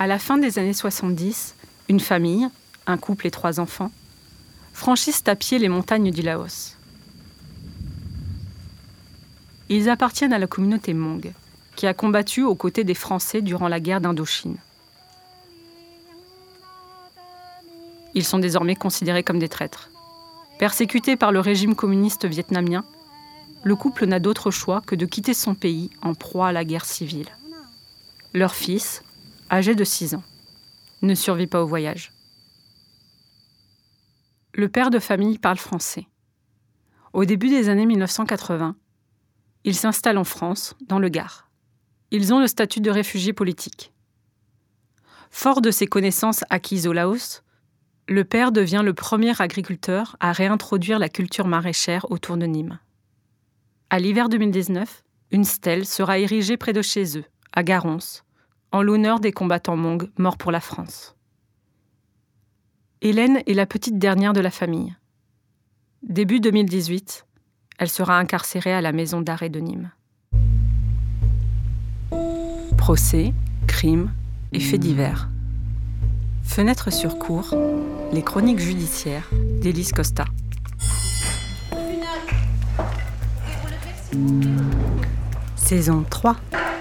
À la fin des années 70, une famille, un couple et 3 enfants, franchissent à pied les montagnes du Laos. Ils appartiennent à la communauté Hmong, qui a combattu aux côtés des Français durant la guerre d'Indochine. Ils sont désormais considérés comme des traîtres. Persécuté par le régime communiste vietnamien, le couple n'a d'autre choix que de quitter son pays en proie à la guerre civile. Leur fils, âgé de 6 ans, ne survit pas au voyage. Le père de famille parle français. Au début des années 1980, il s'installe en France, dans le Gard. Ils ont le statut de réfugiés politiques. Fort de ses connaissances acquises au Laos, le père devient le premier agriculteur à réintroduire la culture maraîchère autour de Nîmes. À l'hiver 2019, une stèle sera érigée près de chez eux, à Garons, en l'honneur des combattants Hmong morts pour la France. Hélène est la petite dernière de la famille. Début 2018, elle sera incarcérée à la maison d'arrêt de Nîmes. Procès, crimes et faits divers. Fenêtre sur cour, les chroniques judiciaires d'Élise Costa. Saison 3.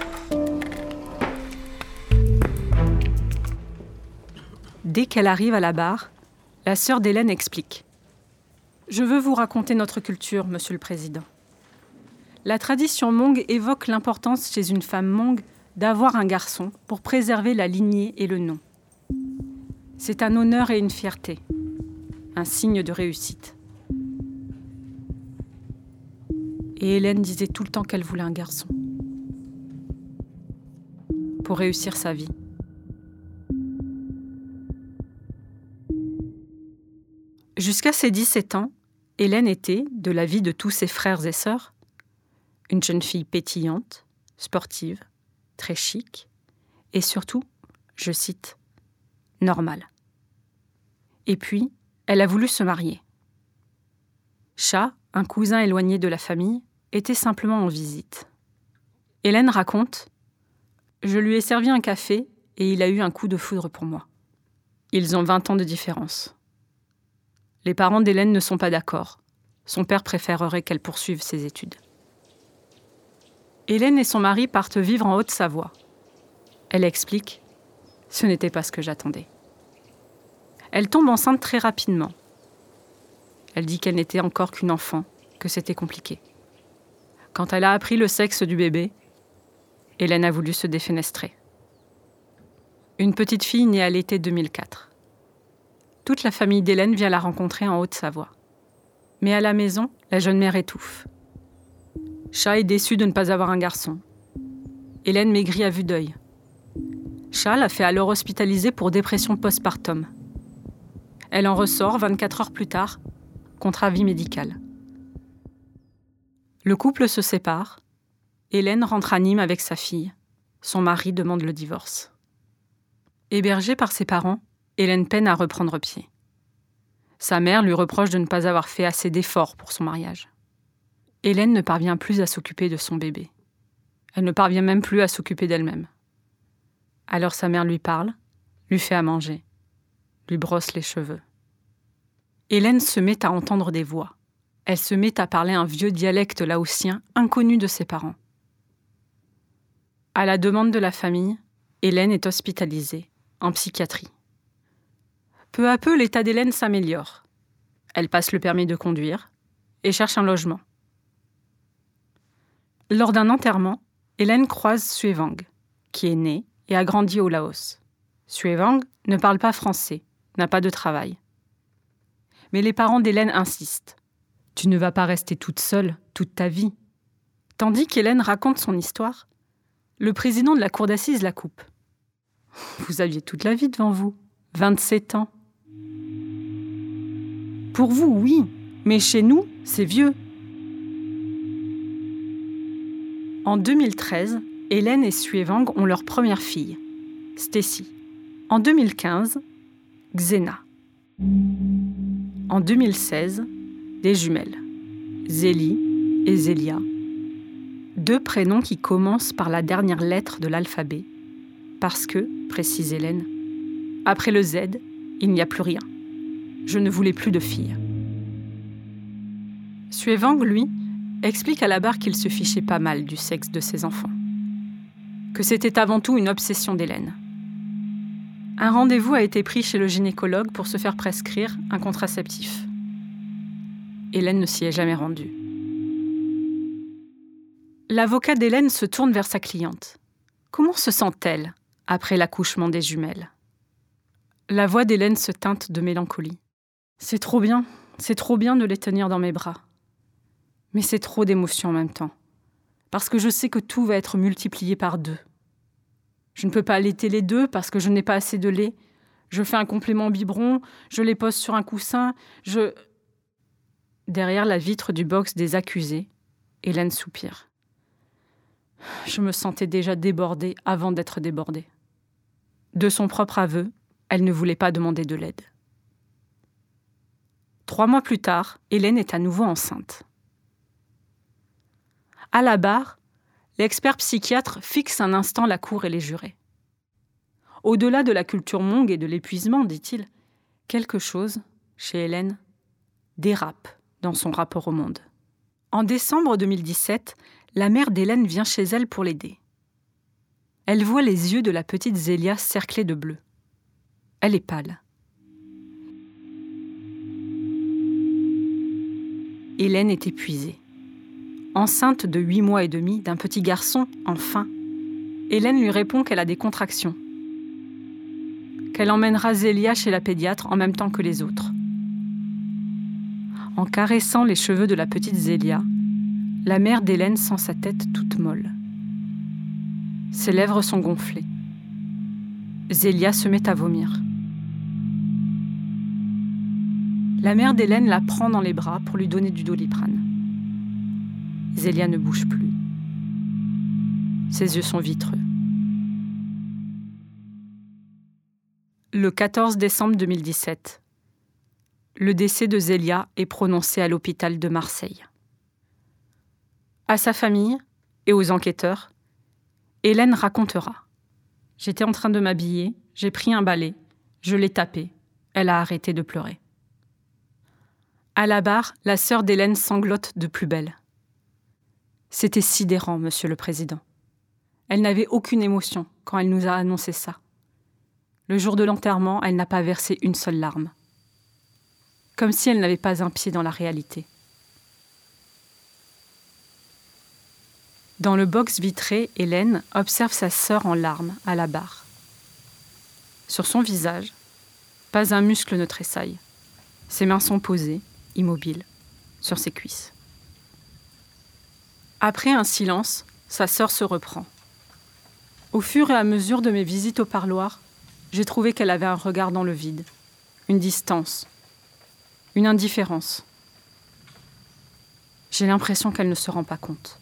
Dès qu'elle arrive à la barre, la sœur d'Hélène explique. « Je veux vous raconter notre culture, Monsieur le Président. La tradition Hmong évoque l'importance chez une femme Hmong d'avoir un garçon pour préserver la lignée et le nom. C'est un honneur et une fierté, un signe de réussite. » Et Hélène disait tout le temps qu'elle voulait un garçon pour réussir sa vie. Jusqu'à ses 17 ans, Hélène était, de l'avis de tous ses frères et sœurs, une jeune fille pétillante, sportive, très chic et surtout, je cite, « normale ». Et puis, elle a voulu se marier. Cha, un cousin éloigné de la famille, était simplement en visite. Hélène raconte « Je lui ai servi un café et il a eu un coup de foudre pour moi. Ils ont 20 ans de différence. Les parents d'Hélène ne sont pas d'accord. Son père préférerait qu'elle poursuive ses études. » Hélène et son mari partent vivre en Haute-Savoie. Elle explique « Ce n'était pas ce que j'attendais. » Elle tombe enceinte très rapidement. Elle dit qu'elle n'était encore qu'une enfant, que c'était compliqué. Quand elle a appris le sexe du bébé, Hélène a voulu se défenestrer. Une petite fille née à l'été 2004. Toute la famille d'Hélène vient la rencontrer en Haute-Savoie. Mais à la maison, la jeune mère étouffe. Cha est déçue de ne pas avoir un garçon. Hélène maigrit à vue d'œil. Cha la fait alors hospitaliser pour dépression postpartum. Elle en ressort 24 heures plus tard, contre avis médical. Le couple se sépare. Hélène rentre à Nîmes avec sa fille. Son mari demande le divorce. Hébergée par ses parents, Hélène peine à reprendre pied. Sa mère lui reproche de ne pas avoir fait assez d'efforts pour son mariage. Hélène ne parvient plus à s'occuper de son bébé. Elle ne parvient même plus à s'occuper d'elle-même. Alors sa mère lui parle, lui fait à manger, lui brosse les cheveux. Hélène se met à entendre des voix. Elle se met à parler un vieux dialecte laotien inconnu de ses parents. À la demande de la famille, Hélène est hospitalisée, en psychiatrie. Peu à peu, l'état d'Hélène s'améliore. Elle passe le permis de conduire et cherche un logement. Lors d'un enterrement, Hélène croise Suevang, qui est née et a grandi au Laos. Suevang ne parle pas français, n'a pas de travail. Mais les parents d'Hélène insistent. « Tu ne vas pas rester toute seule, toute ta vie. » Tandis qu'Hélène raconte son histoire, le président de la cour d'assises la coupe. « Vous aviez toute la vie devant vous, 27 ans. » « Pour vous, oui, mais chez nous, c'est vieux. » En 2013, Hélène et Suevang ont leur première fille, Stacy. En 2015, Xena. En 2016, des jumelles, Zélie et Zélia. 2 prénoms qui commencent par la dernière lettre de l'alphabet, Parce que, précise Hélène, après le Z, il n'y a plus rien. Je ne voulais plus de filles. Suevang, lui, explique à la barre qu'il se fichait pas mal du sexe de ses enfants. Que c'était avant tout une obsession d'Hélène. Un rendez-vous a été pris chez le gynécologue pour se faire prescrire un contraceptif. Hélène ne s'y est jamais rendue. L'avocat d'Hélène se tourne vers sa cliente. Comment se sent-elle après l'accouchement des jumelles ? La voix d'Hélène se teinte de mélancolie. C'est trop bien de les tenir dans mes bras. Mais c'est trop d'émotions en même temps. Parce que je sais que tout va être multiplié par 2. Je ne peux pas allaiter les 2 parce que je n'ai pas assez de lait. Je fais un complément biberon, je les pose sur un coussin, Derrière la vitre du box des accusés, Hélène soupire. Je me sentais déjà débordée avant d'être débordée. De son propre aveu, elle ne voulait pas demander de l'aide. 3 mois plus tard, Hélène est à nouveau enceinte. À la barre, l'expert psychiatre fixe un instant la cour et les jurés. Au-delà de la culture Hmong et de l'épuisement, dit-il, quelque chose, chez Hélène, dérape dans son rapport au monde. En décembre 2017, la mère d'Hélène vient chez elle pour l'aider. Elle voit les yeux de la petite Zélia cerclés de bleu. Elle est pâle. Hélène est épuisée. Enceinte de 8 mois et demi d'un petit garçon, enfin, Hélène lui répond qu'elle a des contractions, qu'elle emmènera Zélia chez la pédiatre en même temps que les autres. En caressant les cheveux de la petite Zélia, la mère d'Hélène sent sa tête toute molle. Ses lèvres sont gonflées. Zélia se met à vomir. La mère d'Hélène la prend dans les bras pour lui donner du Doliprane. Zélia ne bouge plus. Ses yeux sont vitreux. Le 14 décembre 2017, le décès de Zélia est prononcé à l'hôpital de Marseille. À sa famille et aux enquêteurs, Hélène racontera. « J'étais en train de m'habiller, j'ai pris un balai, je l'ai tapé, elle a arrêté de pleurer. » À la barre, la sœur d'Hélène sanglote de plus belle. C'était sidérant, Monsieur le Président. Elle n'avait aucune émotion quand elle nous a annoncé ça. Le jour de l'enterrement, elle n'a pas versé une seule larme. Comme si elle n'avait pas un pied dans la réalité. Dans le box vitré, Hélène observe sa sœur en larmes à la barre. Sur son visage, pas un muscle ne tressaille. Ses mains sont posées, immobiles, sur ses cuisses. Après un silence, sa sœur se reprend. Au fur et à mesure de mes visites au parloir, j'ai trouvé qu'elle avait un regard dans le vide, une distance, une indifférence. J'ai l'impression qu'elle ne se rend pas compte.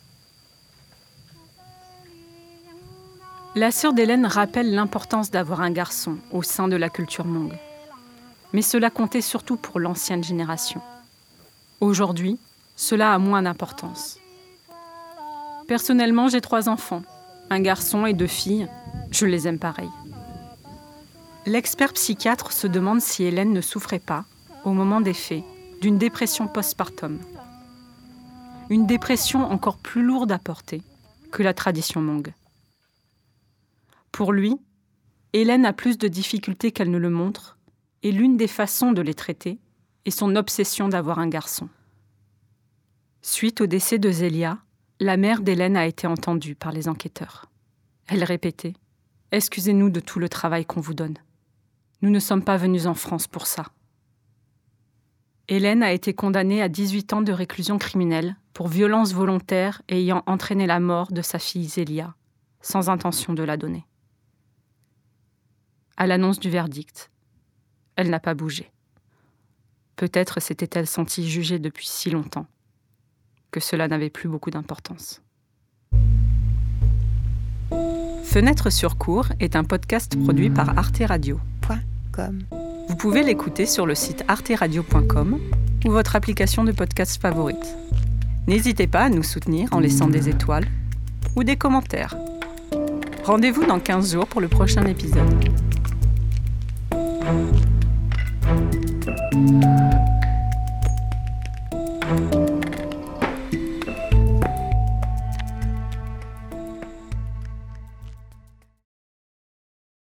La sœur d'Hélène rappelle l'importance d'avoir un garçon au sein de la culture Hmong. Mais cela comptait surtout pour l'ancienne génération. Aujourd'hui, cela a moins d'importance. Personnellement, j'ai 3 enfants, un garçon et 2 filles. Je les aime pareil. L'expert psychiatre se demande si Hélène ne souffrait pas, au moment des faits, d'une dépression postpartum. Une dépression encore plus lourde à porter que la tradition Hmong. Pour lui, Hélène a plus de difficultés qu'elle ne le montre, et l'une des façons de les traiter est son obsession d'avoir un garçon. Suite au décès de Zélia, la mère d'Hélène a été entendue par les enquêteurs. Elle répétait « Excusez-nous de tout le travail qu'on vous donne. Nous ne sommes pas venus en France pour ça. » Hélène a été condamnée à 18 ans de réclusion criminelle pour violence volontaire ayant entraîné la mort de sa fille Zélia, sans intention de la donner. À l'annonce du verdict, elle n'a pas bougé. Peut-être s'était-elle sentie jugée depuis si longtemps que cela n'avait plus beaucoup d'importance. Fenêtre sur cour est un podcast produit par Arte Radio. Vous pouvez l'écouter sur le site arteradio.com ou votre application de podcast favorite. N'hésitez pas à nous soutenir en laissant des étoiles ou des commentaires. Rendez-vous dans 15 jours pour le prochain épisode.